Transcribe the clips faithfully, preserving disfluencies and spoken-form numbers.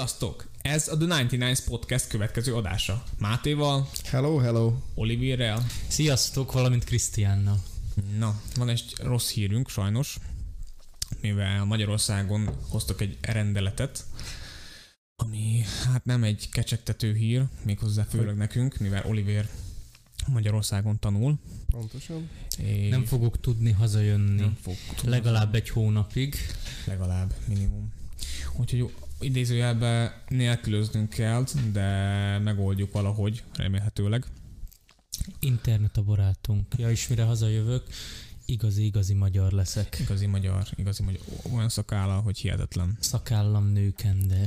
Sziasztok! Ez a The kilencvenkilenc Podcast következő adása. Mátéval, hello, hello, Oliverrel. Sziasztok, valamint Krisztiánnal. Na, van egy rossz hírünk sajnos, mivel Magyarországon hoztak egy rendeletet, ami hát nem egy kecsegtető hír, méghozzá főleg nekünk, mivel Oliver Magyarországon tanul. Pontosan. Nem fogok tudni hazajönni. Nem fog tudni legalább egy hónapig. Legalább, minimum. Úgyhogy idézőjelben nélkülöznünk kell, de megoldjuk valahogy, remélhetőleg. Internet a barátunk. Ja, és mire hazajövök, igazi-igazi magyar leszek. Igazi magyar, igazi magyar. Olyan szakállal, hogy hihetetlen. Szakállam nőkender.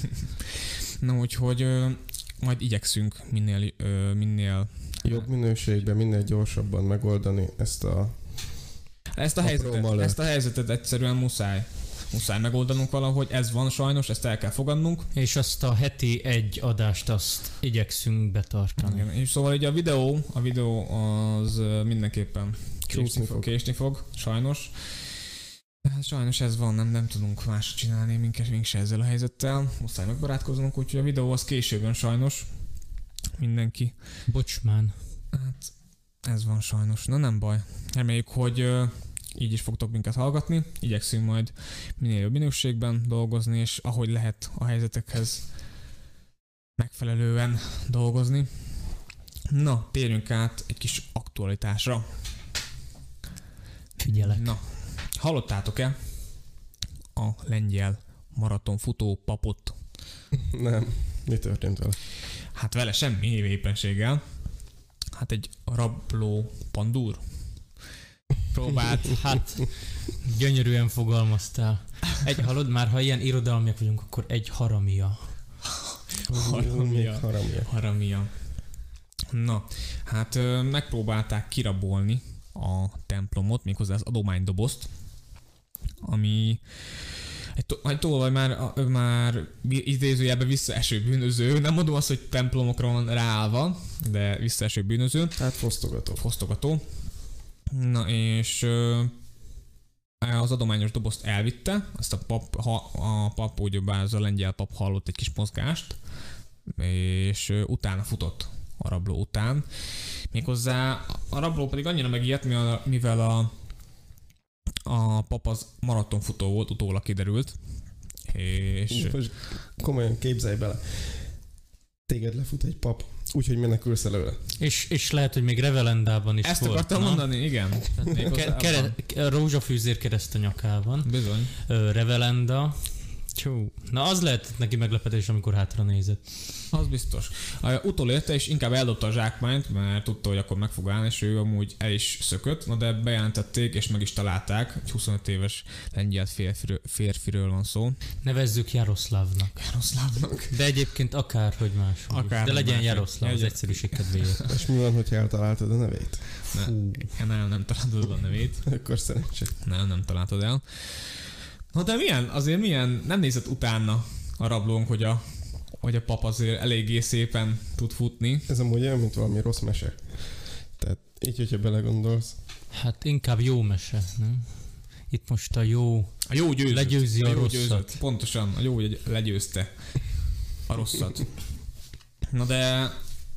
Na, úgyhogy ö, majd igyekszünk minél, ö, minél jobb minőségben, minél gyorsabban megoldani ezt a ezt a, helyzetet, ezt a helyzetet egyszerűen muszáj. Muszáj megoldanunk valahogy, ez van sajnos, ezt el kell fogadnunk. És azt a heti egy adást azt igyekszünk betartani. Igen, és szóval így a videó, a videó az mindenképpen késni fog, késni fog, sajnos. Hát sajnos ez van, nem, nem tudunk másra csinálni, minket mink se ezzel a helyzettel. Muszáj megbarátkoznunk, úgyhogy a videó az később sajnos. Mindenki. Bocsmán. Hát ez van sajnos, na nem baj. Reméljük, hogy így is fogtok minket hallgatni, igyekszünk majd minél jobb minőségben dolgozni, és ahogy lehet a helyzetekhez megfelelően dolgozni. Na, térjünk át egy kis aktualitásra. Figyelek. Na, hallottátok-e a lengyel maratonfutó papot? Nem. Mi történt vele? Hát vele semmi éppenséggel. Hát egy rabló pandúr próbált. Hát, gyönyörűen fogalmaztál. Egy, hallod, már ha ilyen irodalmiak vagyunk, akkor egy haramia. Haramia. Haramia. Haramia. Na, hát megpróbálták kirabolni a templomot, méghozzá az adománydobozt, ami egy, to- egy tolvaj már, már idézőjelben visszaeső bűnöző. Nem mondom azt, hogy templomokra van ráállva, de visszaeső bűnöző. Hát fosztogató. Fosztogató. Na és az adományos dobozt elvitte, azt a pap, ha, a pap, ugyebár az a lengyel pap hallott egy kis mozgást, és utána futott a rabló után. Méghozzá a rabló pedig annyira megijedt, mivel a, a pap az maratonfutó volt, utólag kiderült. És most komolyan képzelj bele. Téged lefut egy pap, úgyhogy menekülsz előle. És, és lehet, hogy még Revelendában is ezt volt. Ezt akartam na? mondani, igen. Ke- kere- rózsafűzér kereszt a nyakában. Bizony. Ö, Revelenda. Csú. Na az lehet neki meglepetés, amikor hátra nézett. Az biztos. Utolérte, és inkább eldobta a zsákmányt, mert tudta, hogy akkor meg fog állni, és ő amúgy el is szökött, na de bejelentették, és meg is találták. Egy huszonöt éves lengyel férfiről, férfiről van szó. Nevezzük Jaroszlávnak. Jaroszlávnak. De egyébként akárhogy más. Akár de legyen más. Jaroszláv, az egyszerűség kedvéért. És mi van, hogyha eltaláltad a nevét? Ne, nem, nem találtad a nevét. Akkor szerencsé. Nem, nem találtad el. Na de milyen, azért milyen, nem nézett utána a rablónk, hogy a, hogy a pap azért eléggé szépen tud futni. Ez amúgy olyan, mint valami rossz mese. Tehát így, hogyha belegondolsz. Hát inkább jó mese, nem? Itt most a jó, a jó győzött, legyőzi a, a jó rosszat. Győzött. Pontosan, a jó legyőzte a rosszat. Na de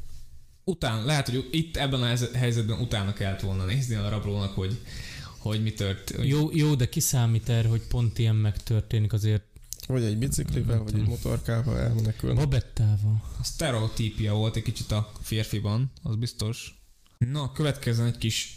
után, lehet, hogy itt ebben a helyzetben utána kellett volna nézni a rablónak, hogy hogy mi tört. Hogy... Jó, jó, de kiszámít erre, hogy pont ilyen megtörténik azért. Vagy egy biciklivel, vagy egy motorkával elmenekülni. Babettával. A sztereotípia volt egy kicsit a férfiban, az biztos. Na, következzen egy kis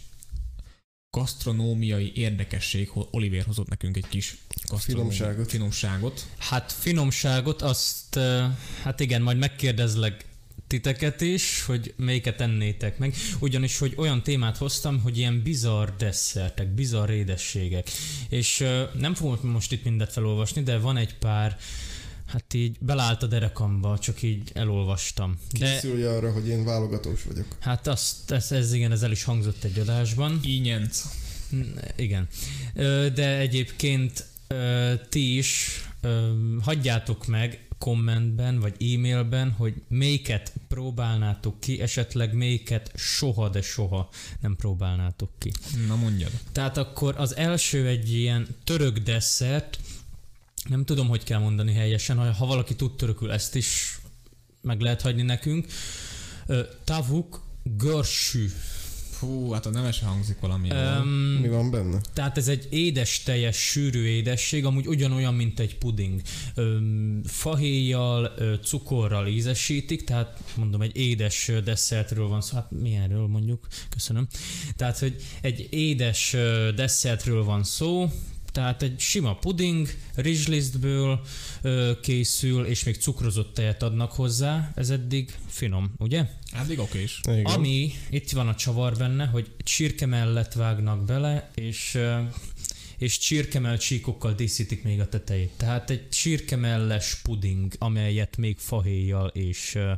gasztronómiai érdekesség, Oliver hozott nekünk egy kis finomságot. finomságot. Hát finomságot, azt, hát igen, majd megkérdezlek titeket is, hogy melyiket ennétek meg. Ugyanis, hogy olyan témát hoztam, hogy ilyen bizarr desszertek, bizarr édességek. És uh, nem fogom most itt mindet felolvasni, de van egy pár, hát így beleállt a derekamba, csak így elolvastam. Készülj de, arra, hogy én válogatós vagyok. Hát azt, ez, ez igen, ez el is hangzott egy adásban. Ínyenc. Igen. De egyébként ti is hagyjátok meg kommentben, vagy e-mailben, hogy melyiket próbálnátok ki, esetleg melyiket soha, de soha nem próbálnátok ki. Na mondjad. Tehát akkor az első egy ilyen török desszert, Nem tudom, hogy kell mondani helyesen, ha, ha valaki tud törökül, ezt is meg lehet hagyni nekünk. Ö, tavuk görsű. Fú, hát a neve se hangzik valami jól. Um, Mi van benne? Tehát ez egy édes, teljes, sűrű édesség, amúgy ugyanolyan, mint egy puding. Öm, fahéjjal, ö, cukorral ízesítik, tehát mondom, egy édes ö, desszertről van szó. Hát milyenről mondjuk? Köszönöm. Tehát, hogy egy édes ö, desszertről van szó, tehát egy sima puding, rizslisztből ö, készül, és még cukrozott tejet adnak hozzá. Ez eddig finom, ugye? Eddig okés. Igen. Ami, itt van a csavar benne, hogy csirkemellet vágnak bele, és, ö, és csirkemell csíkokkal díszítik még a tetejét. Tehát egy csirkemelles puding, amelyet még fahéjjal és, ö,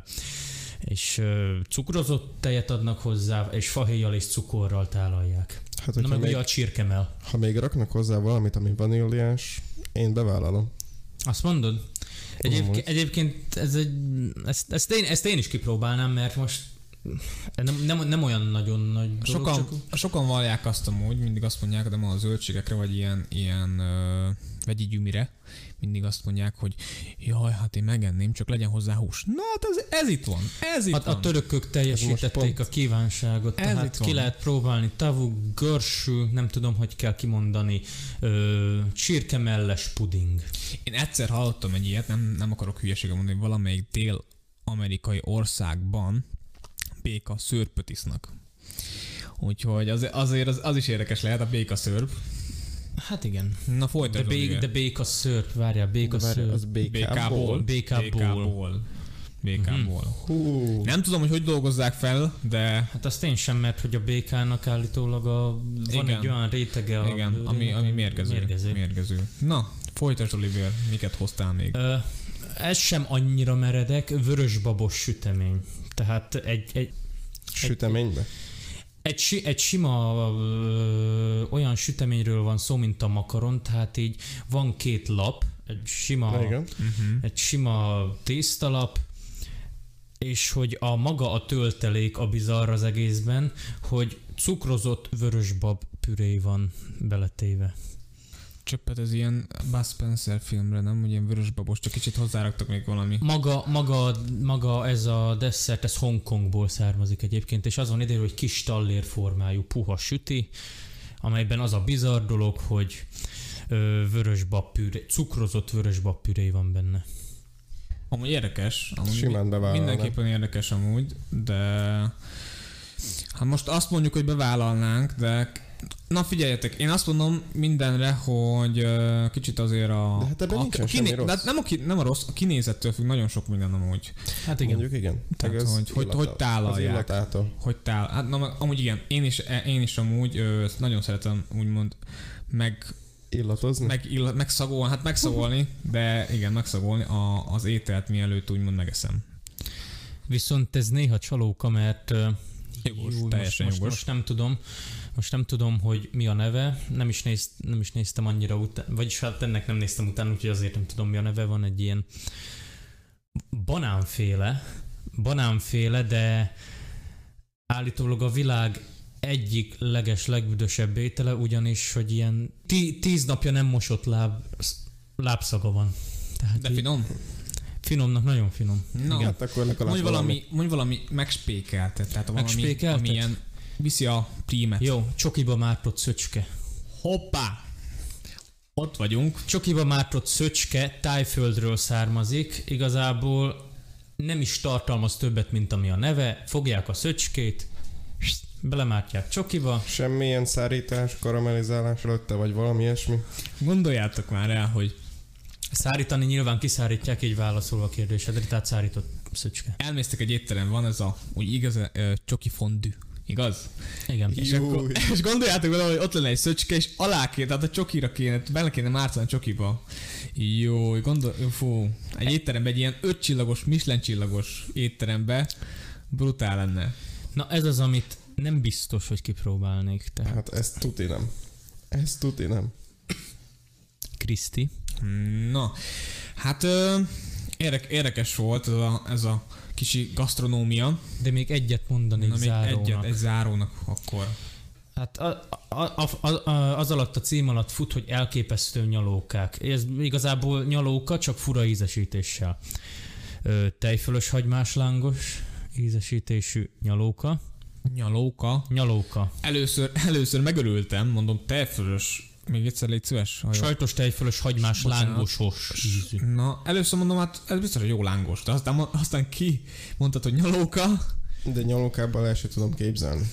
és ö, cukrozott tejet adnak hozzá, és fahéjjal és cukorral tálalják. Hát, Na hogyha meg még, ugye a csirkemell. ha még raknak hozzá valamit, ami vaníliás, én bevállalom. Azt mondod? Egyébként, Amúgy. egyébként ez egy, ezt, ezt, én, ezt én is kipróbálnám, mert most nem, nem, nem olyan nagyon nagy dolog, Sokan, csak... sokan vallják azt amúgy, mindig azt mondják, de ma a zöldségekre, vagy ilyen, ilyen ö, vegyi gyümire, mindig azt mondják, hogy jaj, hát én megenném, csak legyen hozzá hús. Na hát ez, ez itt van, ez itt A, van. a törökök teljesítették pont- a kívánságot, Ez tehát itt van. ki lehet próbálni tavuk, görsű, nem tudom, hogy kell kimondani, ö, csirkemelles puding. Én egyszer hallottam egy ilyet, nem, nem akarok hülyeséget mondani, valamelyik dél-amerikai országban béka szőrpöt isznak. Úgyhogy az, azért az, az is érdekes lehet, a béka szőrp. Hát igen. Na De, folytasd, bé, Oliver. de béka szőrp, várjál, béka De várj, szőrp. az békából. békából. békából. Békából. Békából. Hú. Nem tudom, hogy hogy dolgozzák fel, de Hát azt én sem, mert hogy a békának állítólag a, van Igen. egy olyan rétege a igen, ami, bőrének, ami mérgező. mérgező. mérgező. Na, folytasd, Oliver, miket hoztál még? Ö, ez sem annyira meredek, vörösbabos sütemény. Tehát egy, egy, Süteménybe? egy, si- egy sima ö, olyan süteményről van szó, mint a makaron, tehát így van két lap, egy sima, Igen. Uh-huh. egy sima tésztalap, és hogy a maga a töltelék a bizarr az egészben, hogy cukrozott vörösbab püré van beletéve. Csöppet ez ilyen Bud Spencer filmre, nem? Hogy ilyen vörösbabos, csak kicsit hozzáraktak még valami. Maga, maga, maga ez a desszert, ez Hongkongból származik egyébként, és azon ide, hogy kis tallér formájú puha süti, amelyben az a bizarr dolog, hogy ö, vörösbab püré, cukrozott vörösbab püré van benne. Amúgy érdekes. Amúgy Simán bevállalnám. mindenképpen érdekes amúgy, de hát most azt mondjuk, hogy bevállalnánk, de na figyeljetek, én azt mondom mindenre, hogy uh, kicsit azért a... De hát ebben a, nincsen a semmi de rossz. hát nem a, ki, nem a rossz, a kinézettől függ nagyon sok minden amúgy. Hát igen. Mondjuk igen. Tehát, Meg az hogy- hogy- illata- hogy tálalják. Az illatától. Hogy tál... Hát na, amúgy igen, én is, én is amúgy ö, nagyon szeretem úgymond meg Illatozni? meg, ill, megszagolni, hát megszagolni, de igen, megszagolni a, az ételt mielőtt úgymond megeszem. Viszont ez néha csalóka, mert ö, Jogos, jó, teljesen most, most, jogos. most nem tudom, most nem tudom, hogy mi a neve, nem is, néz, nem is néztem annyira utána, vagyis hát ennek nem néztem utána, úgyhogy azért nem tudom, mi a neve, van egy ilyen banánféle, banánféle, de állítólag a világ egyik leges, legbüdösebb étele, ugyanis, hogy ilyen tí, tíz napja nem mosott láb, lábszaga van. Tehát De így- finom? Finomnak nagyon finom. Na, Igen. Hát akkor legalább Mondj valami, mondj valami megspékeltet, tehát valami, Megspékeltet? ami ilyen viszi a prímet. Jó, csokiba mártott szöcske. Hoppá! Ott vagyunk. Csokiba mártott szöcske Tájföldről származik, igazából nem is tartalmaz többet, mint ami a neve. Fogják a szöcskét, belemártják csokiba. Semmilyen szárítás, karamellizálás előtte, vagy valami ilyesmi. Gondoljátok már el, hogy Szárítani nyilván kiszárítják, így válaszolva a kérdésedre, tehát szárított szöcske. elmésztek egy étterem, van ez a úgy igaz, ö, csoki fondű. Igaz? Igen. És, Jó. akkor, és gondoljátok vele, hogy ott lenne egy szöcske, és alá kéne, tehát a csokira kéne, bele kéne márcani a csokiba. Jó, gondol, fú, egy étteremben, egy ilyen öt csillagos, Michelin csillagos étterembe brutál lenne. Na ez az, amit nem biztos, hogy kipróbálnék. Tehát Hát ez tuti nem. Ez tuti nem. Kriszti. Na, hát ö, érdek, érdekes volt ez a, ez a kicsi gasztronómia. De még egyet mondanék Na még zárónak. egyet, egy zárónak akkor. Hát a, a, a, a, a, az alatt a cím alatt fut, hogy elképesztő nyalókák. Ez igazából nyalóka, csak fura ízesítéssel. Ö, tejfölös hagymás lángos ízesítésű nyalóka. Nyalóka. Nyalóka. Először, először megörültem, mondom, tejfölös. Még egyszer légy szíves. Sajtos tejfölös hagymás Bocsánat. lángosos ízű. Na, először mondom, hát ez biztos, hogy jó lángos. De aztán, aztán ki mondtad, hogy nyalóka. De nyalókában el sem tudom képzelni.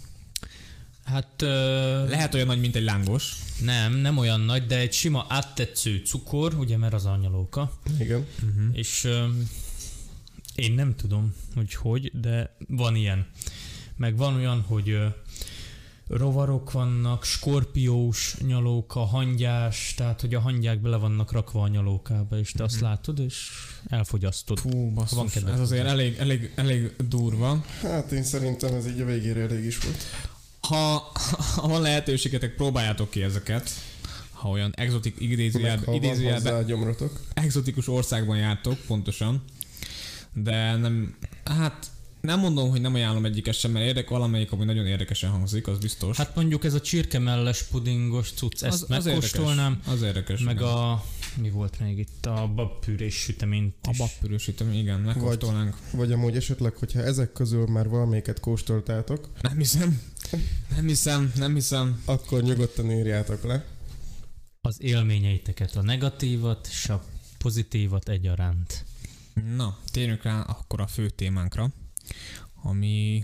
Hát... Ö, Lehet olyan nagy, mint egy lángos. nem, nem olyan nagy, de egy sima áttetsző cukor, ugye, mert az a nyalóka. Igen. Uh-huh. És ö, én nem tudom, hogy hogy, de van ilyen. Meg van olyan, hogy ö, rovarok vannak, skorpiós nyalóka, hangyás, tehát hogy a hangyák bele vannak rakva a nyalókába, és te azt látod, és elfogyasztod. Fú, basszus, Van kedved ez azért hozzá. elég, elég, elég durva. Hát én szerintem ez így a végére elég is volt. Ha, ha van lehetőségetek, próbáljátok ki ezeket. Ha olyan exotik, Meg ha idézőjelben, van hozzá idézőjelben gyomrotok. exotikus országban jártok, pontosan. De nem, hát nem mondom, hogy nem ajánlom egyiket sem, mert érdek, valamelyik, ami nagyon érdekesen hangzik, az biztos. Hát mondjuk ez a csirkemelles pudingos cucc, ezt az, az megkóstolnám. Érdekes, az érdekes. Meg igen. a... mi volt még itt? A babpürés süteményt A is. babpürősítem, igen, megkóstolnánk. Vagy amúgy esetleg, hogyha ezek közül már valamelyiket kóstoltátok, Nem hiszem. Nem hiszem, nem hiszem. akkor nyugodtan írjátok le. Az élményeiteket, a negatívat és a pozitívat egyaránt. Na, térjünk rá akkor a fő témánkra, ami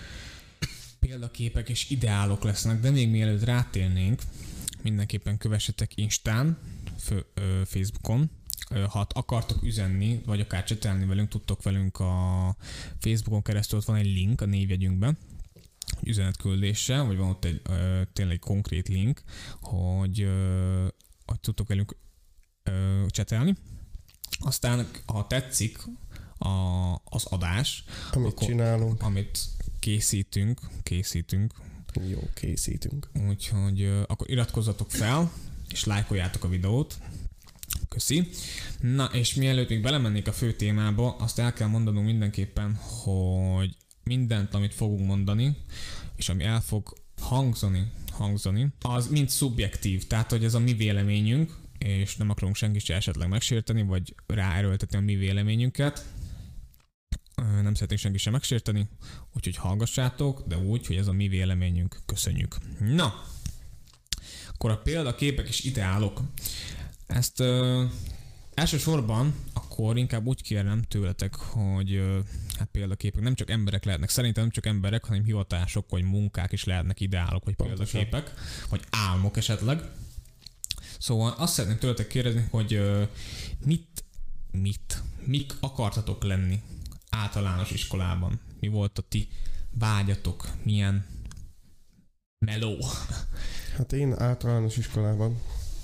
példaképek és ideálok lesznek, de még mielőtt rátérnénk, mindenképpen kövessetek Instán, fő, ö, Facebookon. Ö, ha akartok üzenni, vagy akár csetelni velünk, tudtok velünk a Facebookon keresztül, ott van egy link a névjegyünkben, üzenetküldéssel, vagy van ott egy ö, tényleg konkrét link, hogy, ö, hogy tudtok velünk ö, csetelni. Aztán, ha tetszik a, az adás, Amit akkor- csinálunk, amit készítünk, készítünk, jó, készítünk. úgyhogy ö, akkor iratkozzatok fel, és lájkoljátok a videót. Köszi. Na, és mielőtt még belemennék a fő témába, azt el kell mondanunk mindenképpen, hogy mindent, amit fogunk mondani, és ami el fog hangzani, hangzani, az mind szubjektív, tehát hogy ez a mi véleményünk, és nem akarunk senki se esetleg megsérteni, vagy ráerőltetni a mi véleményünket. Ö, Nem szeretnénk senki sem megsérteni, úgyhogy hallgassátok, de úgy, hogy ez a mi véleményünk. Köszönjük. Na, akkor a példaképek és ideálok. Ezt ö, elsősorban akkor inkább úgy kérem tőletek, hogy ö, hát példaképek nem csak emberek lehetnek, szerintem nem csak emberek, hanem hivatások vagy munkák is lehetnek ideálok vagy Pontosan. példaképek, vagy álmok esetleg. Szóval azt szeretném tőletek kérdezni, hogy ö, mit, mit, mik akartatok lenni általános iskolában? Mi volt a ti vágyatok? Milyen meló? Hát én általános iskolában,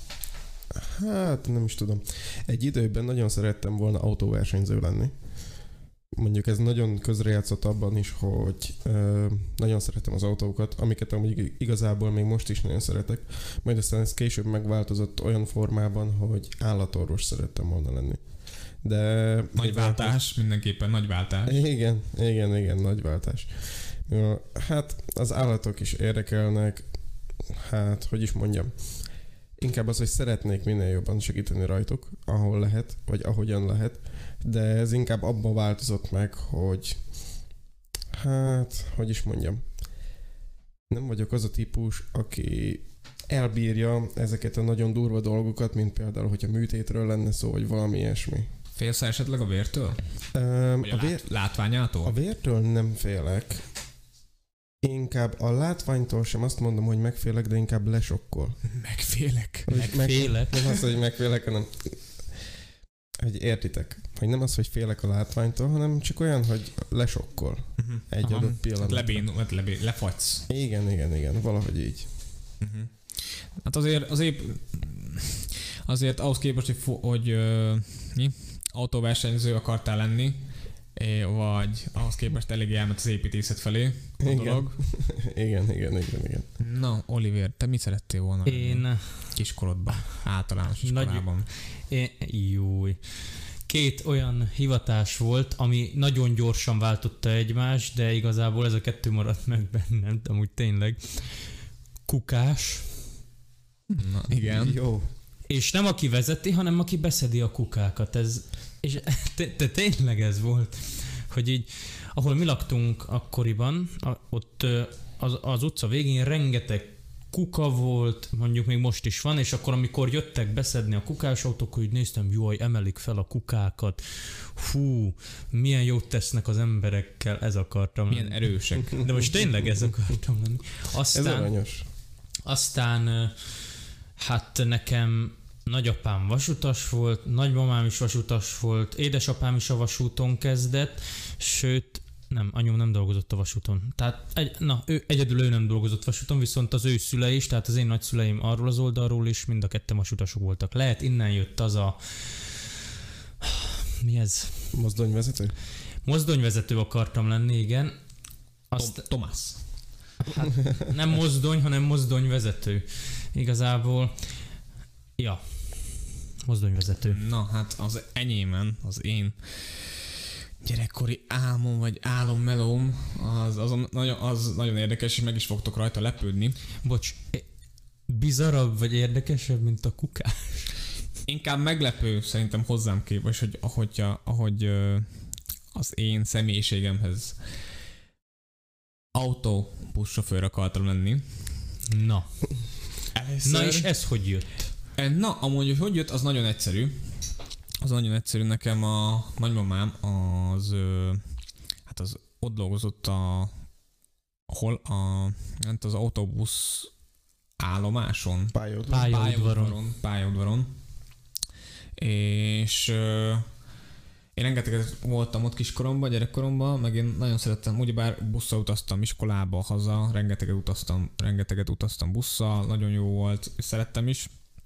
hát nem is tudom, egy időben nagyon szerettem volna autóversenyző lenni. Mondjuk ez nagyon közrejátszott abban is, hogy ö, nagyon szeretem az autókat, amiket amúgy igazából még most is nagyon szeretek. Majd aztán ez később megváltozott olyan formában, hogy állatorvos szerettem volna lenni. De... Nagy váltás, mindenképpen nagy váltás. Igen, igen, igen, nagy váltás. Mivel, hát az állatok is érdekelnek, hát, hogy is mondjam, inkább az, hogy szeretnék minél jobban segíteni rajtuk, ahol lehet, vagy ahogyan lehet, de ez inkább abban változott meg, hogy hát, hogy is mondjam, nem vagyok az a típus, aki elbírja ezeket a nagyon durva dolgokat, mint például, hogyha műtétről lenne szó, vagy valami ilyesmi. Félsz esetleg a vértől? Um, Vagy a, a, vér, lát, látványától? a vértől nem félek. Inkább a látványtól sem azt mondom, hogy megfélek, de inkább lesokkol. Megfélek. Hogy Megfélek. Meg, nem az, hogy megfélek, hanem hogy értitek. Hogy nem az, hogy félek a látványtól, hanem csak olyan, hogy lesokkol Uh-huh. egy Aha. adott pillanatban. Lebén, hát lebén, lefagysz. Igen, igen, igen, valahogy így. Uh-huh. Hát azért, azért, azért ahhoz képest, hogy, fo- hogy uh, mi? Autóversenyző akartál lenni, eh, vagy ahhoz képest elég elment az építészet felé a Igen. dolog. Igen, igen, igen, igen. Na, Oliver, te mit szerettél volna lenni Én... kiskorodban, általános Nagy- iskolában? Én... Júj. Két olyan hivatás volt, ami nagyon gyorsan váltotta egymást, de igazából ez a kettő maradt meg bennem, amúgy tényleg, kukás. Na, igen. Jó. És nem aki vezeti, hanem aki beszedi a kukákat. Ez, és te, te tényleg ez volt, hogy így, ahol mi laktunk akkoriban, a, ott az, az utca végén rengeteg kuka volt, mondjuk még most is van, és akkor amikor jöttek beszedni a kukásautók, hogy néztem, jaj, emelik fel a kukákat, hú, milyen jót tesznek az emberekkel, ez akartam lenni. Milyen erősek. De most tényleg ez akartam lenni. Aztán, Ez aranyos. Aztán hát nekem nagyapám vasutas volt, nagymamám is vasutas volt, édesapám is a vasúton kezdett, sőt, nem, anyum nem dolgozott a vasúton. Tehát, egy, na, ő, egyedül ő nem dolgozott vasúton, viszont az ő szülei is, tehát az én nagyszüleim arról az oldalról is, mind a ketten vasutasok voltak. Lehet, innen jött az a... Mi ez? Mozdonyvezető? Mozdonyvezető akartam lenni, igen. Azt... Tom- Tomás. Hát, nem mozdony, hanem mozdonyvezető. Igazából... Ja. Mozdonyvezető. Na, hát az enyémen, az én gyerekkori álmom, vagy álommelóm, az, az, nagyon, az nagyon érdekes, és meg is fogtok rajta lepődni. Bocs, bizarabb vagy érdekesebb, mint a kukás? Inkább meglepő szerintem hozzám képest, hogy ahogy, ahogy az én személyiségemhez autóbuszsofőr akartam lenni. Na. Először... Na és ez hogy jött? Na, amúgy, hogy hogy jött, az nagyon egyszerű. Az nagyon egyszerű, nekem a nagymamám az, hát az ott dolgozott a, hol a, hát az autóbusz állomáson. Pályaudvaron. Pályaudvaron. Pályaudvaron. És én rengeteget voltam ott kiskoromban, gyerekkoromban, meg én nagyon szerettem, ugyebár busszal utaztam iskolába, haza, rengeteget utaztam, rengeteget utaztam busszal, nagyon jó volt, szerettem is.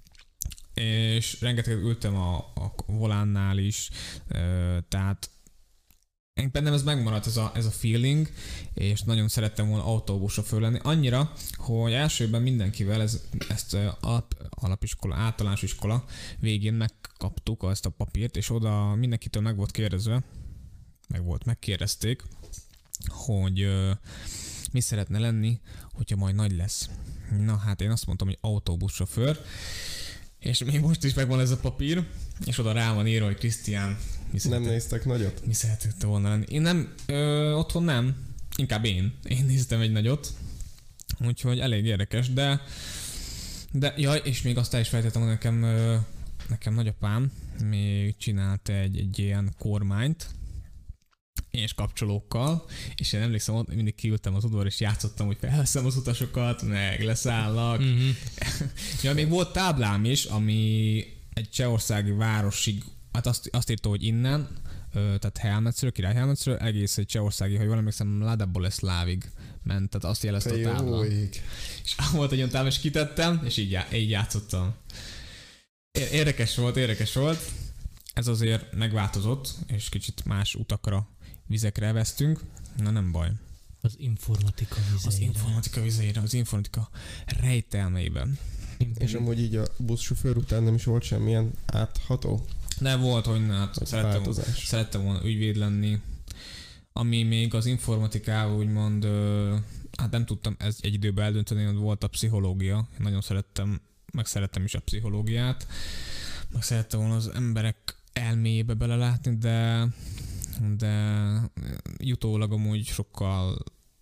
És rengeteget ültem a, a volánnál is, tehát bennem ez megmaradt ez a, ez a feeling, és nagyon szerettem volna autóbuszsofőr lenni. Annyira, hogy elsőben mindenkivel ez, ezt alap, alapiskola, általános iskola végén megkaptuk ezt a papírt, és oda mindenkitől meg volt kérdezve, meg volt, megkérdezték, hogy uh, mi szeretne lenni, hogyha majd nagy lesz. Na hát én azt mondtam, hogy autóbuszsofőr, és még most is megvan ez a papír, és oda rá van írva, hogy Krisztián, mi Nem néztek nagyot? Mi szeretette volna lenni? Én nem, ö, otthon nem, inkább én. Én néztem egy nagyot, úgyhogy elég érdekes, de, de jaj, és még azt el is felejtettem, hogy nekem, ö, nekem nagyapám még csinált egy, egy ilyen kormányt, és kapcsolókkal, és én emlékszem, ott mindig kiültem az udvar, és játszottam, hogy felveszem az utasokat, meg leszállnak. Mm-hmm. Ja, még volt táblám is, ami egy csehországi városig, hát azt, azt írta, hogy innen, tehát Helmetsről, Király Helmetsről, egész egy csehországi, ha jól emlékszem, Lada Boleslávig ment, tehát azt jelezte a táblán. És volt egy olyan táblán, és kitettem, és így, já, így játszottam. Érdekes volt, érdekes volt. Ez azért megváltozott, és kicsit más utakra, vizekre vesztünk. Na nem baj. Az informatika vizeire. Az informatika vizeire, az informatika rejtelmeiben. És amúgy így a buszsofőr után nem is volt semmilyen átható? De volt, hogy hát szerettem, szerettem volna ügyvéd lenni. Ami még az informatikával úgymond, hát nem tudtam ez egy időben eldönteni, hogy volt a pszichológia. Én nagyon szerettem, meg szerettem is a pszichológiát. Meg szerettem volna az emberek elméjébe belelátni, de de jutólag amúgy sokkal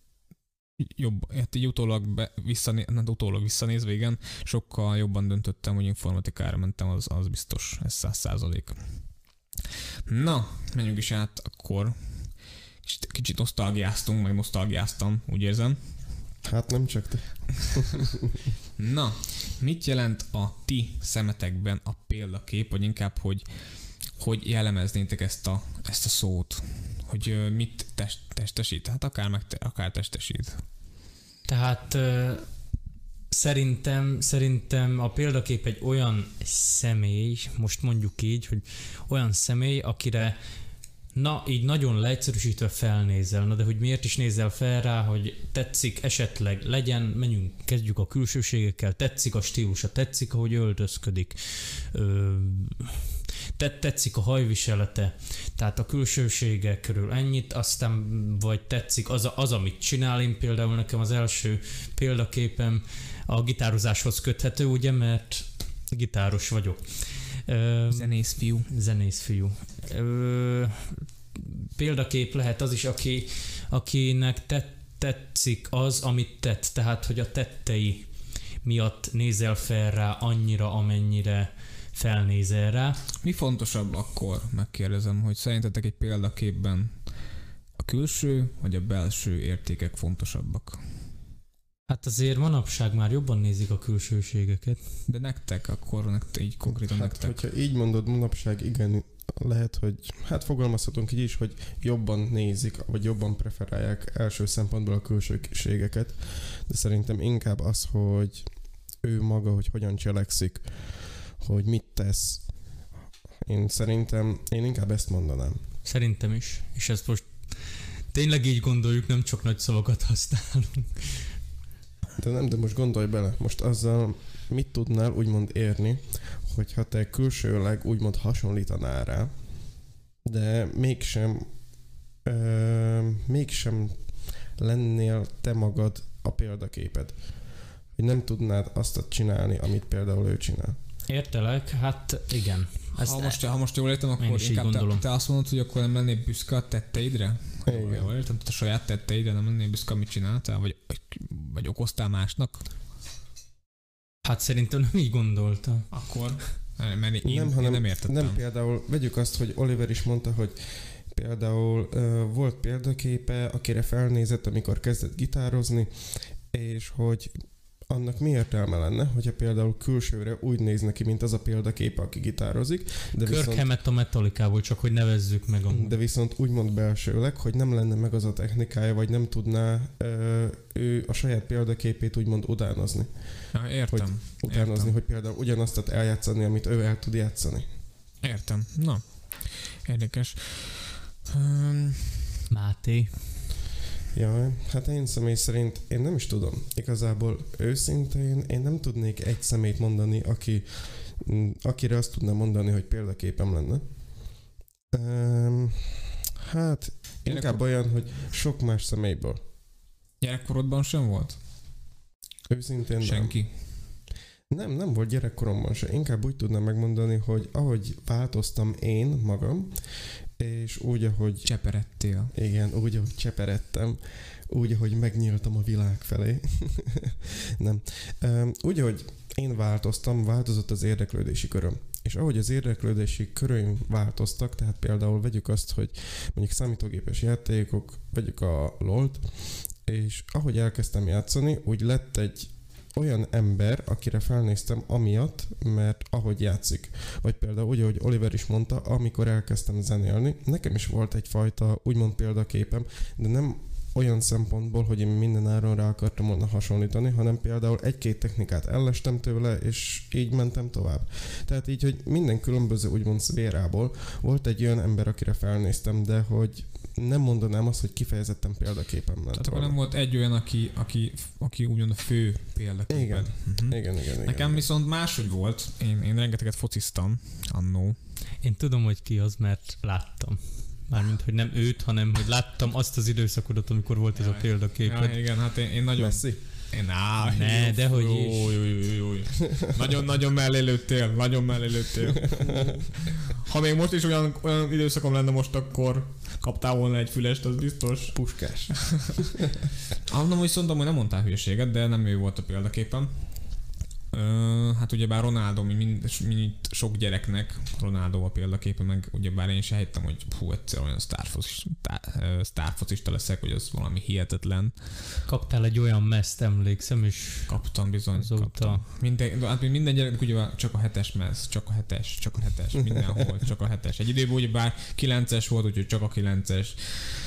jobb, hát így utólag, be, visszané, nem, utólag visszanézve, igen, sokkal jobban döntöttem, hogy informatikára mentem, az, az biztos, ez száz százalék. Na, menjünk is át akkor. Kicsit, kicsit nosztalgiáztunk, meg nosztalgiáztam, úgy érzem. Hát nem csak te. Na, mit jelent a ti szemetekben a példakép, vagy inkább, hogy hogy jellemeznétek ezt a, ezt a szót? Hogy mit test, testesít? Hát akár, meg te, akár testesít. Tehát uh, szerintem, szerintem a példakép egy olyan személy, most mondjuk így, hogy olyan személy, akire na, így nagyon leegyszerűsítve felnézel, na de hogy miért is nézel fel rá, hogy tetszik esetleg, legyen, menjünk, kezdjük a külsőségekkel, tetszik a stílusa, tetszik, ahogy öltözködik. Ö, te, tetszik a hajviselete, tehát a külsőségekről ennyit, aztán vagy tetszik az, az, amit csinál. Én például nekem az első példaképem a gitározáshoz köthető, ugye, mert gitáros vagyok. Ö, zenész fiú. Zenész fiú. Ö, példakép lehet az is, aki, akinek te, tetszik az, amit tett, tehát hogy a tettei miatt nézel fel rá annyira, amennyire felnézel rá. Mi fontosabb akkor, megkérdezem, hogy szerintetek egy példaképben a külső vagy a belső értékek fontosabbak? Hát azért manapság már jobban nézik a külsőségeket. De nektek akkor, nektek, így konkrétan hát, nektek. hogyha így mondod, manapság igen, lehet, hogy hát fogalmazhatunk így is, hogy jobban nézik, vagy jobban preferálják első szempontból a külsőségeket, de szerintem inkább az, hogy ő maga, hogy hogyan cselekszik, hogy mit tesz. Én szerintem, én inkább ezt mondanám. Szerintem is. És ezt most tényleg így gondoljuk, nem csak nagy szavakat használunk. De nem, de most gondolj bele, most azzal mit tudnál úgymond érni, hogyha te külsőleg úgymond hasonlítanál rá, de mégsem, ö, mégsem lennél te magad a példaképed. Hogy nem tudnád azt csinálni, amit például ő csinál. Értelek, hát igen. Ezt ha, most, ha most jól értem, akkor inkább te, te azt mondod, hogy akkor nem lennél büszke a tetteidre? Igen. Jól értem, tehát a saját tetteidre nem lennél büszke, amit csináltál? Vagy, vagy okoztál másnak? Hát szerintem nem így gondolta. Akkor? Mert én nem, én hanem, nem értettem. Nem, például vegyük azt, hogy Oliver is mondta, hogy például uh, volt példaképe, akire felnézett, amikor kezdett gitározni, és hogy annak mi értelme lenne, hogyha például külsőre úgy néz neki, mint az a példaképe, aki gitározik. De Kirk Hammett a Metallicából, csak hogy nevezzük meg amúgy. De viszont úgymond belsőleg, hogy nem lenne meg az a technikája, vagy nem tudná ö, ő a saját példaképét úgymond utánozni. Ja, értem. Hogy utánozni, értem. hogy például ugyanazt eljátszani, amit ő el tud játszani. Értem. Na, érdekes. Um... Máté. Jaj, hát én személy szerint én nem is tudom. Igazából őszintén én nem tudnék egy személyt mondani, aki, akire azt tudna mondani, hogy példaképem lenne. Um, hát inkább Gyerekkor... olyan, hogy sok más személyből. Gyerekkorodban sem volt? Őszintén Senki? Nem. Nem, nem volt gyerekkoromban se. Inkább úgy tudnám megmondani, hogy ahogy változtam én magam, és úgy, ahogy... Cseperedtél. Igen, úgy, ahogy cseperedtem, úgy, ahogy megnyíltam a világ felé. Nem. Úgy, ahogy én változtam, változott az érdeklődési köröm. És ahogy az érdeklődési köröm változtak, tehát például vegyük azt, hogy mondjuk számítógépes játékok, vegyük a lolt, és ahogy elkezdtem játszani, úgy lett egy olyan ember, akire felnéztem amiatt, mert ahogy játszik. Vagy például úgy, ahogy Oliver is mondta, amikor elkezdtem zenélni, nekem is volt egyfajta úgymond példaképem, de nem olyan szempontból, hogy én mindenáron rá akartam volna hasonlítani, hanem például egy-két technikát ellestem tőle, és így mentem tovább. Tehát így, hogy minden különböző úgymond szférából volt egy olyan ember, akire felnéztem, de hogy nem mondanám azt, hogy kifejezetten példaképem lett. Tehát akkor nem volt egy olyan, aki, aki, aki úgymond a fő példaképed. Igen. Uh-huh. igen, igen, igen. Nekem viszont máshogy volt. Én, én rengeteget fociztam annó. Én tudom, hogy ki az, mert láttam. Mármint, hogy nem őt, hanem hogy láttam azt az időszakodat, amikor volt ez a példaképed. Ja, igen, hát én, én nagyon... Messi? Én á, ne, jó, dehogy jó, is. Jó, jó, jó, jó. Nagyon-nagyon mellé lőttél, nagyon mellé lőttél. Ha még most is olyan, olyan időszakom lenne most, akkor kaptál volna egy fülest, az biztos. Puskás. Annak úgy mondtam, hogy nem mondtál hülyeséget, de nem ő volt a példaképem. Ö, hát ugyebár Ronaldo, mi mind, mind sok gyereknek Ronaldo a példaképe, meg ugyebár én se hittem, hogy hú, egyszer olyan sztárfocista, sztárfocista leszek, hogy az valami hihetetlen. Kaptál egy olyan meszt, emlékszem, és kaptam bizony, azóta... kaptam. Minden, hát minden gyereknek ugye csak a hetes mez, csak a hetes, csak a hetes, mindenhol csak a hetes. Egy időben ugyebár kilences volt, úgyhogy csak a kilences.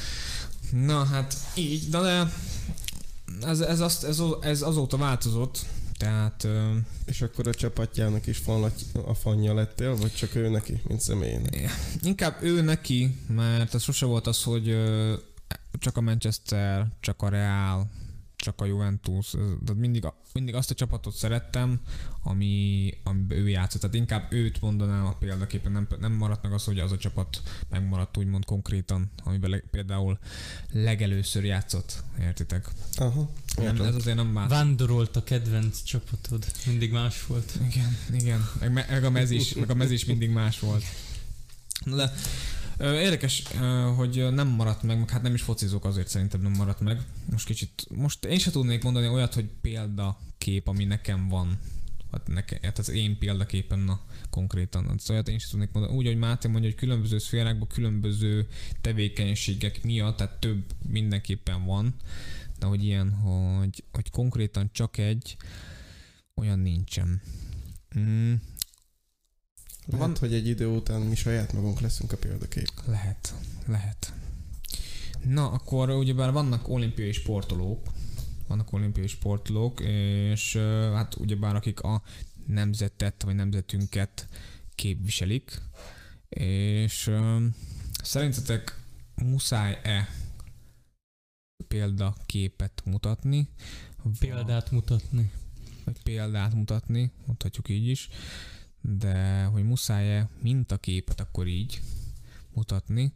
Na hát így, de, de ez, ez, az, ez, ez azóta változott. Tehát... Uh, és akkor a csapatjának is fan, a fanja lettél, vagy csak ő neki, mint személyén? Inkább ő neki, mert az sose volt az, hogy uh, csak a Manchester, csak a Real, csak a Juventus, de mindig, mindig azt a csapatot szerettem, ami, amiben ő játszott. Tehát inkább őt mondanám a példaképpen, nem, nem maradt meg az, hogy az a csapat megmaradt úgymond konkrétan, amiben le, például legelőször játszott, értitek? Aha. Nem, ez azért nem más. Vándorolt a kedvenc csapatod, mindig más volt. Igen, igen, meg, meg a mez is, meg a mez is mindig más volt. Na de ö, érdekes, ö, hogy nem maradt meg, meg hát nem is focizók, azért szerintem nem maradt meg. Most kicsit, most én sem tudnék mondani olyat, hogy példakép, ami nekem van. Hát nekem, hát az én példaképen, na konkrétan. Szóval én sem tudnék mondani. Úgy, hogy Máté mondja, hogy különböző szférákban, különböző tevékenységek miatt, tehát több mindenképpen van. De hogy ilyen, hogy, hogy konkrétan csak egy, olyan nincsen. Mm. Lehet, van, hogy egy idő után mi saját magunk leszünk a példakép. Lehet, lehet. Na, akkor ugyebár vannak olimpiai sportolók, vannak olimpiai sportolók, és hát ugyebár akik a nemzetet, vagy nemzetünket képviselik, és szerintetek muszáj-e példaképet mutatni? Példát mutatni. Vagy példát mutatni, mondhatjuk így is, de hogy muszáj-e mintaképet akkor így mutatni,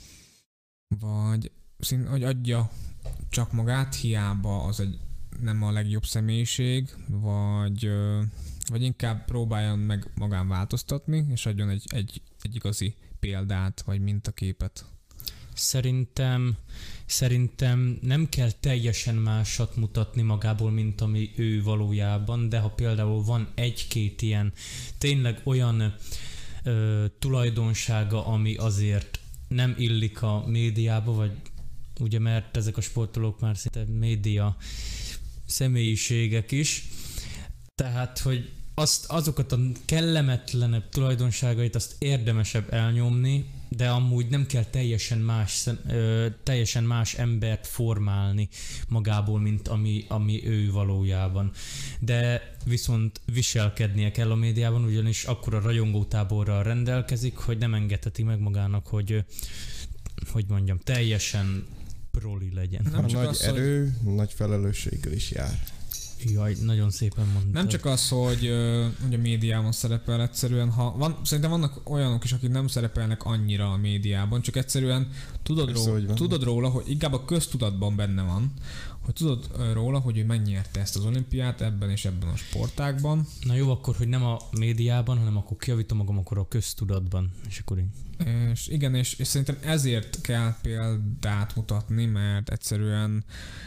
vagy szint, hogy adja csak magát, hiába az egy nem a legjobb személyiség, vagy, vagy inkább próbáljon meg magán változtatni, és adjon egy, egy, egy igazi példát, vagy mintaképet. Szerintem, szerintem nem kell teljesen másat mutatni magából, mint ami ő valójában, de ha például van egy-két ilyen tényleg olyan ö, tulajdonsága, ami azért nem illik a médiába, vagy ugye mert ezek a sportolók már szinte média személyiségek is, tehát, hogy azt, azokat a kellemetlenebb tulajdonságait azt érdemesebb elnyomni, de amúgy nem kell teljesen más, ö, teljesen más embert formálni magából, mint ami, ami ő valójában. De viszont viselkednie kell a médiában, ugyanis akkor a rajongótáborral rendelkezik, hogy nem engedheti meg magának, hogy, hogy mondjam, teljesen proli legyen. Nem a nagy az, erő, hogy... nagy felelősséggel is jár. Jaj, nagyon szépen mondtad. Nem csak az, hogy, hogy a médiában szerepel egyszerűen, ha van, szerintem vannak olyanok is, akik nem szerepelnek annyira a médiában, csak egyszerűen tudod, Persze, róla, tudod róla, hogy inkább a köztudatban benne van, hogy tudod róla, hogy ő megnyerte ezt az olimpiát ebben és ebben a sportágban. Na jó, akkor, hogy nem a médiában, hanem akkor kijavítom magam, akkor a köztudatban, és akkor így. És igen, és, és szerintem ezért kell példát mutatni, mert egyszerűen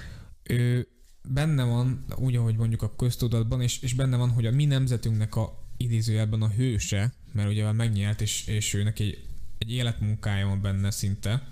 ő benne van, úgy, ahogy mondjuk a köztudatban, és, és benne van, hogy a mi nemzetünknek a idézőjelben a hőse, mert ugye megnyert, és, és őnek egy, egy életmunkája van benne szinte,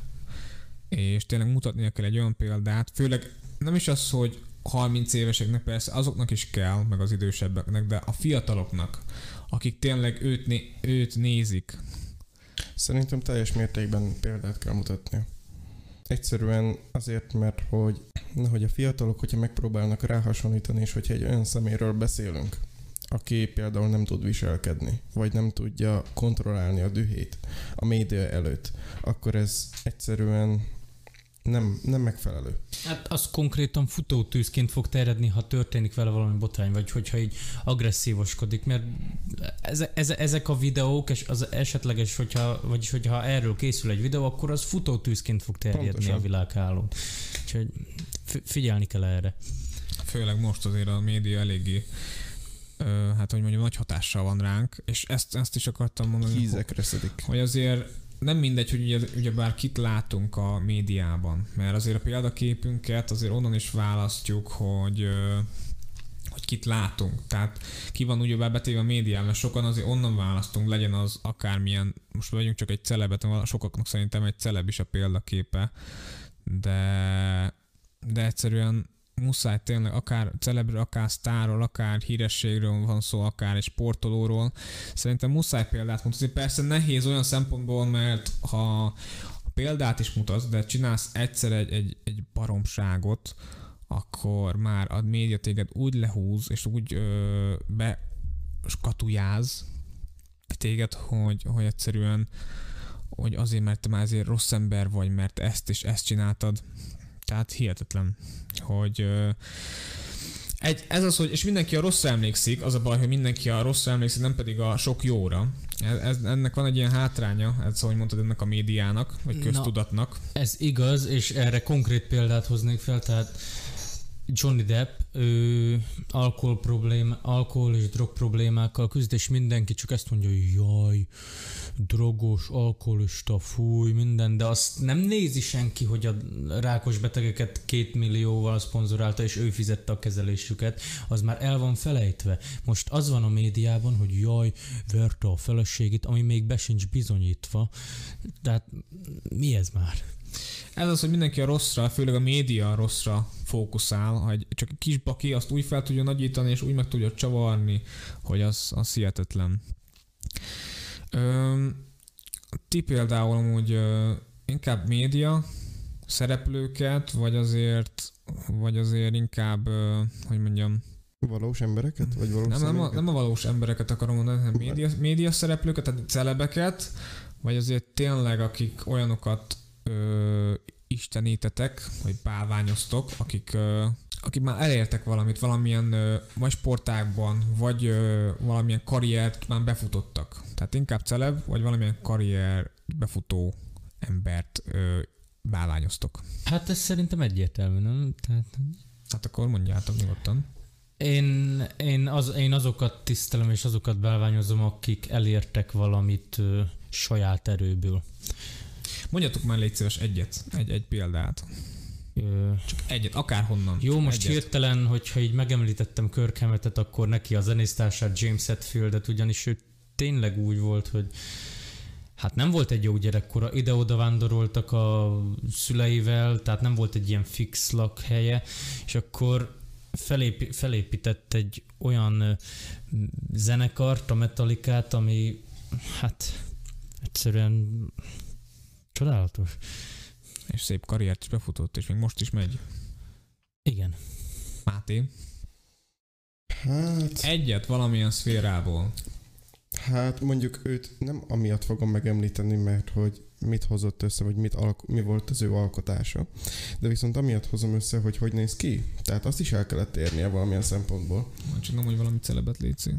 és tényleg mutatnia kell egy olyan példát, főleg nem is az, hogy harminc éveseknek, persze azoknak is kell, meg az idősebbeknek, de a fiataloknak, akik tényleg őt, né- őt nézik. Szerintem teljes mértékben példát kell mutatni. Egyszerűen azért, mert hogy, hogy a fiatalok, hogyha megpróbálnak ráhasonlítani, és hogyha egy olyan személyről beszélünk, aki például nem tud viselkedni, vagy nem tudja kontrollálni a dühét a média előtt, akkor ez egyszerűen nem, nem megfelelő. Hát az konkrétan futótűzként fog terjedni, ha történik vele valami botrány, vagy hogyha így agresszívoskodik, mert eze, eze, ezek a videók, és az esetleges, hogyha, vagyis hogyha erről készül egy videó, akkor az futótűzként fog terjedni Pontosan. A világhálón. Úgyhogy figyelni kell erre. Főleg most azért a média eléggé Ö, hát hogy mondjam, nagy hatással van ránk, és ezt, ezt is akartam mondani, Hízekre szedik. Hogy azért nem mindegy, hogy ugye, ugye bár kit látunk a médiában, mert azért a példaképünket azért onnan is választjuk, hogy, hogy kit látunk. Tehát ki van ugyebár betéve a médiában, mert sokan azért onnan választunk, legyen az akármilyen, most vegyünk csak egy celebet, sokaknak szerintem egy celeb is a példaképe, de, de egyszerűen muszáj tényleg, akár celebről, akár sztárról, akár hírességről van szó, akár egy sportolóról. Szerintem muszáj példát mutatni. Persze nehéz olyan szempontból, mert ha példát is mutatsz, de csinálsz egyszer egy, egy, egy baromságot, akkor már a média téged úgy lehúz, és úgy ö, beskatujáz téged, hogy, hogy egyszerűen hogy azért, mert te már azért rossz ember vagy, mert ezt és ezt csináltad. Tehát hihetetlen, hogy ö, egy, ez az, hogy és mindenki a rosszra emlékszik, az a baj, hogy mindenki a rosszra emlékszik, nem pedig a sok jóra. Ez, ez, ennek van egy ilyen hátránya, ez ahogy mondtad, ennek a médiának, vagy köztudatnak. Na, ez igaz, és erre konkrét példát hoznék fel, tehát Johnny Depp ő, alkohol, problém, alkohol és drog problémákkal küzd, és mindenki csak ezt mondja, hogy jaj, drogos, alkoholista, fúj, minden, de azt nem nézi senki, hogy a rákos betegeket két millióval szponzorálta, és ő fizette a kezelésüket, az már el van felejtve. Most az van a médiában, hogy jaj, verte a feleségét, ami még be sincs bizonyítva. Tehát mi ez már? Ez az, hogy mindenki a rosszra, főleg a média a rosszra fókuszál, hogy csak egy kis baki azt úgy fel tudja nagyítani, és úgy meg tudja csavarni, hogy az, az hihetetlen. Ö, ti például amúgy ö, inkább média szereplőket, vagy azért, vagy azért inkább, ö, hogy mondjam... Valós embereket? Vagy valós nem, nem, a, nem a valós embereket akarom mondani, hanem média, média szereplőket, tehát celebeket, vagy azért tényleg akik olyanokat ö, istenítetek, vagy bálványoztok, akik, ö, akik már elértek valamit, valamilyen ö, vagy sportágban, vagy ö, valamilyen karriert már befutottak. Tehát inkább celeb, vagy valamilyen karrier befutó embert ö, bálványoztok. Hát ez szerintem egyértelmű, nem? Tehát... Hát akkor mondjátok nyugodtan. Én, én, az, én azokat tisztelem és azokat bálványozom, akik elértek valamit ö, saját erőből. Mondjatok már légy szíves egyet, egy, egy példát. Ö, Csak egyet, akárhonnan. Jó, most egyet. hirtelen, hogyha így megemlítettem Kirk Hammettet, akkor neki a zenésztársát, James Hetfieldet, ugyanis ő tényleg úgy volt, hogy hát nem volt egy jó gyerekkora, ide-oda vándoroltak a szüleivel, tehát nem volt egy ilyen fix lakhelye, és akkor felép, felépített egy olyan zenekart, a Metallicát, ami hát egyszerűen csodálatos. És szép karriert is befutott, és még most is megy. Igen. Máté? Hát... Egyet valamilyen szférából. Hát mondjuk őt nem amiatt fogom megemlíteni, mert hogy mit hozott össze, vagy mit alko- mi volt az ő alkotása. De viszont amiatt hozom össze, hogy hogy néz ki. Tehát azt is el kellett érnie valamilyen szempontból. Majd csak nem, hogy valami celebet létszik.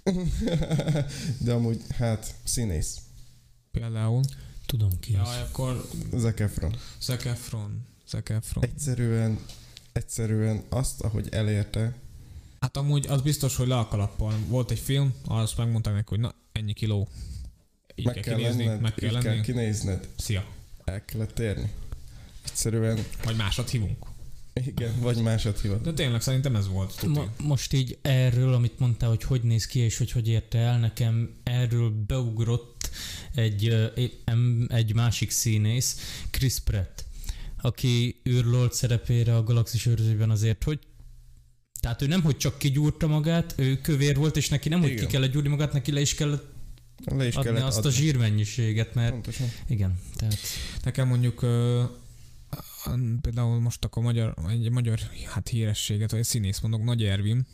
De amúgy, hát, színész. Például. Tudom ki az. Jaj, akkor Zac Efron. Zac Efron. Zac Efron. Egyszerűen, egyszerűen azt, ahogy elérte. Hát amúgy az biztos, hogy le a kalappal. Volt egy film, azt megmondták neki, hogy na, ennyi kiló. Így Meg kell kell kinézni, lenned, meg kell így lenni. kell kinézned. Szia. El kellett érni. Egyszerűen, Vagy másat hívunk. igen, vagy másat hívod. De tényleg szerintem ez volt. Tuti. Ma, most így erről, amit mondtál, hogy hogy néz ki és hogy hogy érte el, nekem erről beugrott egy, egy másik színész, Chris Pratt, aki űrlord szerepére a Galaxis őrzőben azért, hogy tehát ő nem, hogy csak kigyúrta magát, ő kövér volt, és neki nem, hogy igen. ki kellett gyúrni magát, neki le is kellett Le is adni kellett azt adni. a zsírmennyiséget, mert Pontosan. igen, tehát... Nekem mondjuk ö, például most akkor magyar, egy magyar hát hírességet, vagy egy színész mondok, Nagy Ervin.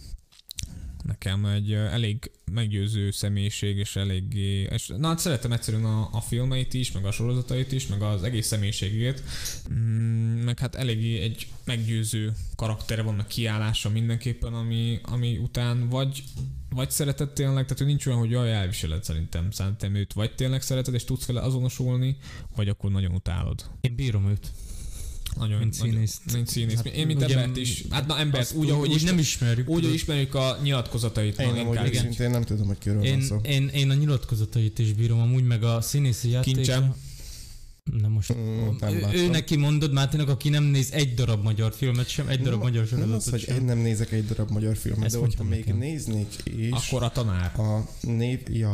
Nekem egy ö, elég meggyőző személyiség, és eléggé... És, na hát szeretem egyszerűen a, a filmeit is, meg a sorozatait is, meg az egész személyiségét. Mm, meg hát eléggé egy meggyőző karaktere van, meg kiállása mindenképpen, ami, ami után vagy vagy szereted tényleg, tehát hogy nincs olyan, hogy jaj, elviseled szerintem. Szerintem őt vagy tényleg szereted, és tudsz vele azonosulni, vagy akkor nagyon utálod. Én bírom őt. Nagyon, Mint színészt. Nagyon, mint színész. Hát Én, mint ugye, embert is. Hát na, embert, úgy, ahogy úgy ismer, nem ismerjük. úgy, hogy ismerjük a nyilatkozatait. Én na, nem, inkább hogy így. őszintén nem tudom, hogy kiről van Én, szó. én, én a nyilatkozatait is bírom, amúgy meg a színészi játéka. Kincsem. Nem most. Mm, nem ő, láttam. ő neki mondod Máténak, aki nem néz egy darab magyar filmet sem, egy darab Ma- magyar Nem az, sorozatot hogy sem. én nem nézek egy darab magyar filmet, Ezt de hogyha mondtam még nekem. néznék is, Akkor a tanár. a név... Jaj.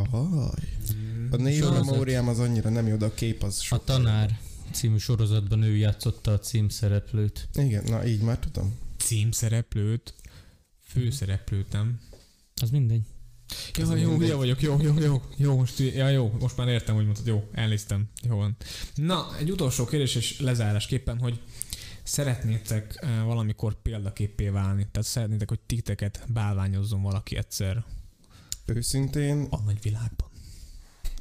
A név Sorozat. memóriám az annyira nem jó, de a kép az A sokkal Tanár című sorozatban ő játszotta a címszereplőt. jobb. Igen, na így már tudom. Címszereplőt, főszereplőt, nem? Az mindegy. Ja, jó, mindegy. jó vagyok, jó, jó, jó, jó, most, ja, jó, most már értem, hogy mondtad, jó, elnéztem, jó van. Na, egy utolsó kérdés és lezárásképpen, hogy szeretnétek uh, valamikor példaképpé válni, tehát szeretnétek, hogy titeket bálványozzon valaki egyszer Őszintén, a nagy világban.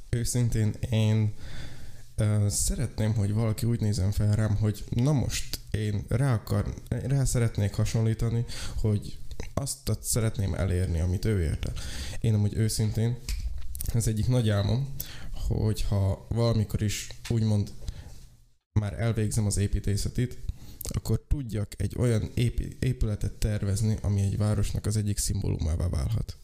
őszintén én uh, szeretném, hogy valaki úgy nézem fel rám, hogy na most én rá, akar, rá szeretnék hasonlítani, hogy azt szeretném elérni, amit ő ért el. Én amúgy őszintén, ez egyik nagy álmom, hogyha valamikor is úgymond már elvégzem az építészetit, akkor tudjak egy olyan épi, épületet tervezni, ami egy városnak az egyik szimbólumává válhat.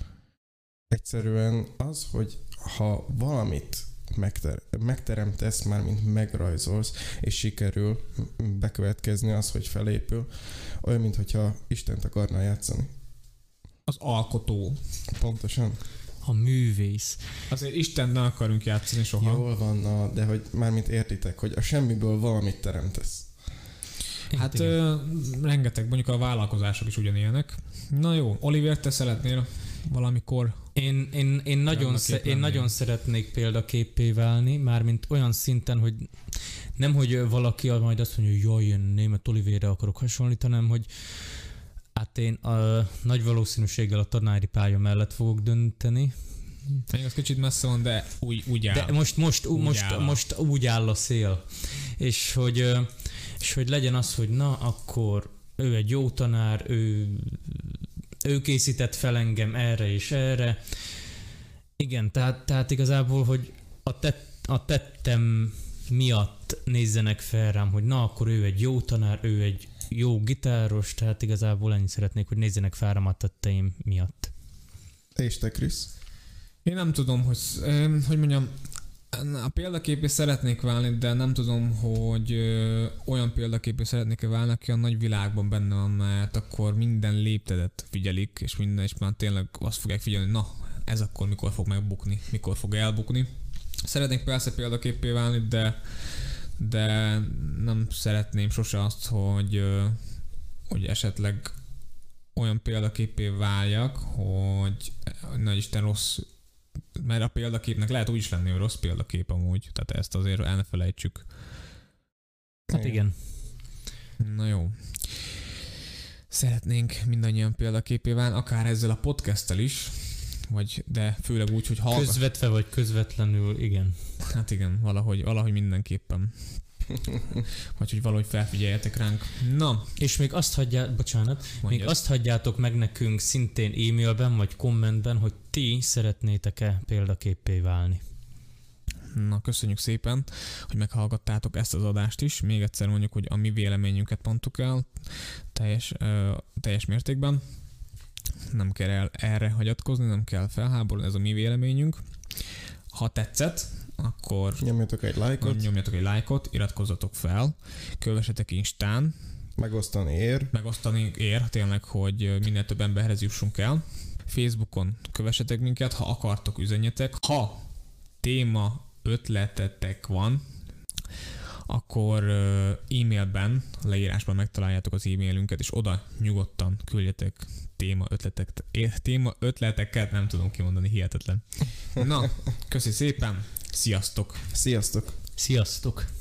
Egyszerűen az, hogy ha valamit megter- megteremtesz, már mint megrajzolsz, és sikerül bekövetkezni az, hogy felépül, olyan, mintha Istent akarnál játszani. Az alkotó. Pontosan. A művész. Azért Istennel akarunk játszani soha. Jól van, na, de hogy mármint értitek, hogy a semmiből valamit teremtesz. Hát ö, rengeteg, mondjuk a vállalkozások is ugyanilyenek. Na jó, Oliver, te szeretnél valamikor? Én, én, én, nagyon, sze- én nagyon szeretnék példaképpé válni, mármint olyan szinten, hogy nem, hogy valaki majd azt mondja, hogy jaj, én német Oliverre akarok hasonlítani, hanem, hogy hát én a nagy valószínűséggel a tanári pálya mellett fogok dönteni. Még az kicsit messze van, de úgy, úgy áll. De most, most, úgy most, áll. most úgy áll a szél. És hogy, és hogy legyen az, hogy na, akkor ő egy jó tanár, ő, ő készített fel engem erre és erre. Igen, tehát, tehát igazából, hogy a, tett, a tettem miatt nézzenek fel rám, hogy na, akkor ő egy jó tanár, ő egy jó gitáros, tehát igazából ennyit szeretnék, hogy nézzenek fel rám a tetteim miatt. És te, Krisz? Én nem tudom, hogy, hogy mondjam, a példaképé szeretnék válni, de nem tudom, hogy ö, olyan példaképé szeretnék válni, aki a nagy világban benne van, mert akkor minden léptedet figyelik, és minden, és már tényleg azt fogják figyelni, hogy na, ez akkor mikor fog megbukni, mikor fog elbukni. Szeretnék persze példaképé válni, de, de nem szeretném sose azt, hogy, ö, hogy esetleg olyan példaképé váljak, hogy nagy Isten rossz, mert a példaképnek lehet úgy is lenni, hogy rossz példakép amúgy, tehát ezt azért el ne felejtsük. Hát igen. Na jó. Szeretnénk mindannyian példaképé válni, akár ezzel a podcasttel is, vagy, de főleg úgy, hogy hallgat. Közvetve vagy közvetlenül, igen. Hát igen, valahogy, valahogy mindenképpen. Vagy hogy valahogy felfigyeljetek ránk. Na. És még azt hagyját, bocsánat, Mondjad. még azt hagyjátok meg nekünk szintén e-mailben vagy kommentben, hogy ti szeretnétek-e példaképpé válni. Na, köszönjük szépen, hogy meghallgattátok ezt az adást is. Még egyszer mondjuk, hogy a mi véleményünket mondtuk el teljes, ö, teljes mértékben. Nem kell el erre hagyatkozni, nem kell felháborodni, ez a mi véleményünk. Ha tetszett, akkor Nyomjatok egy lájkot. Nyomjatok egy lájkot, iratkozzatok fel, kövessetek Instán, Megosztani ér. megosztani ér, tényleg, hogy minél több emberhez jussunk el. Facebookon kövessetek minket, ha akartok, üzenjetek. Ha téma ötletetek van, akkor e-mailben, leírásban megtaláljátok az e-mailünket, és oda nyugodtan küldjetek téma ötleteket, téma ötleteket, nem tudom kimondani, hihetetlen. Na, köszi szépen, sziasztok! Sziasztok! Sziasztok!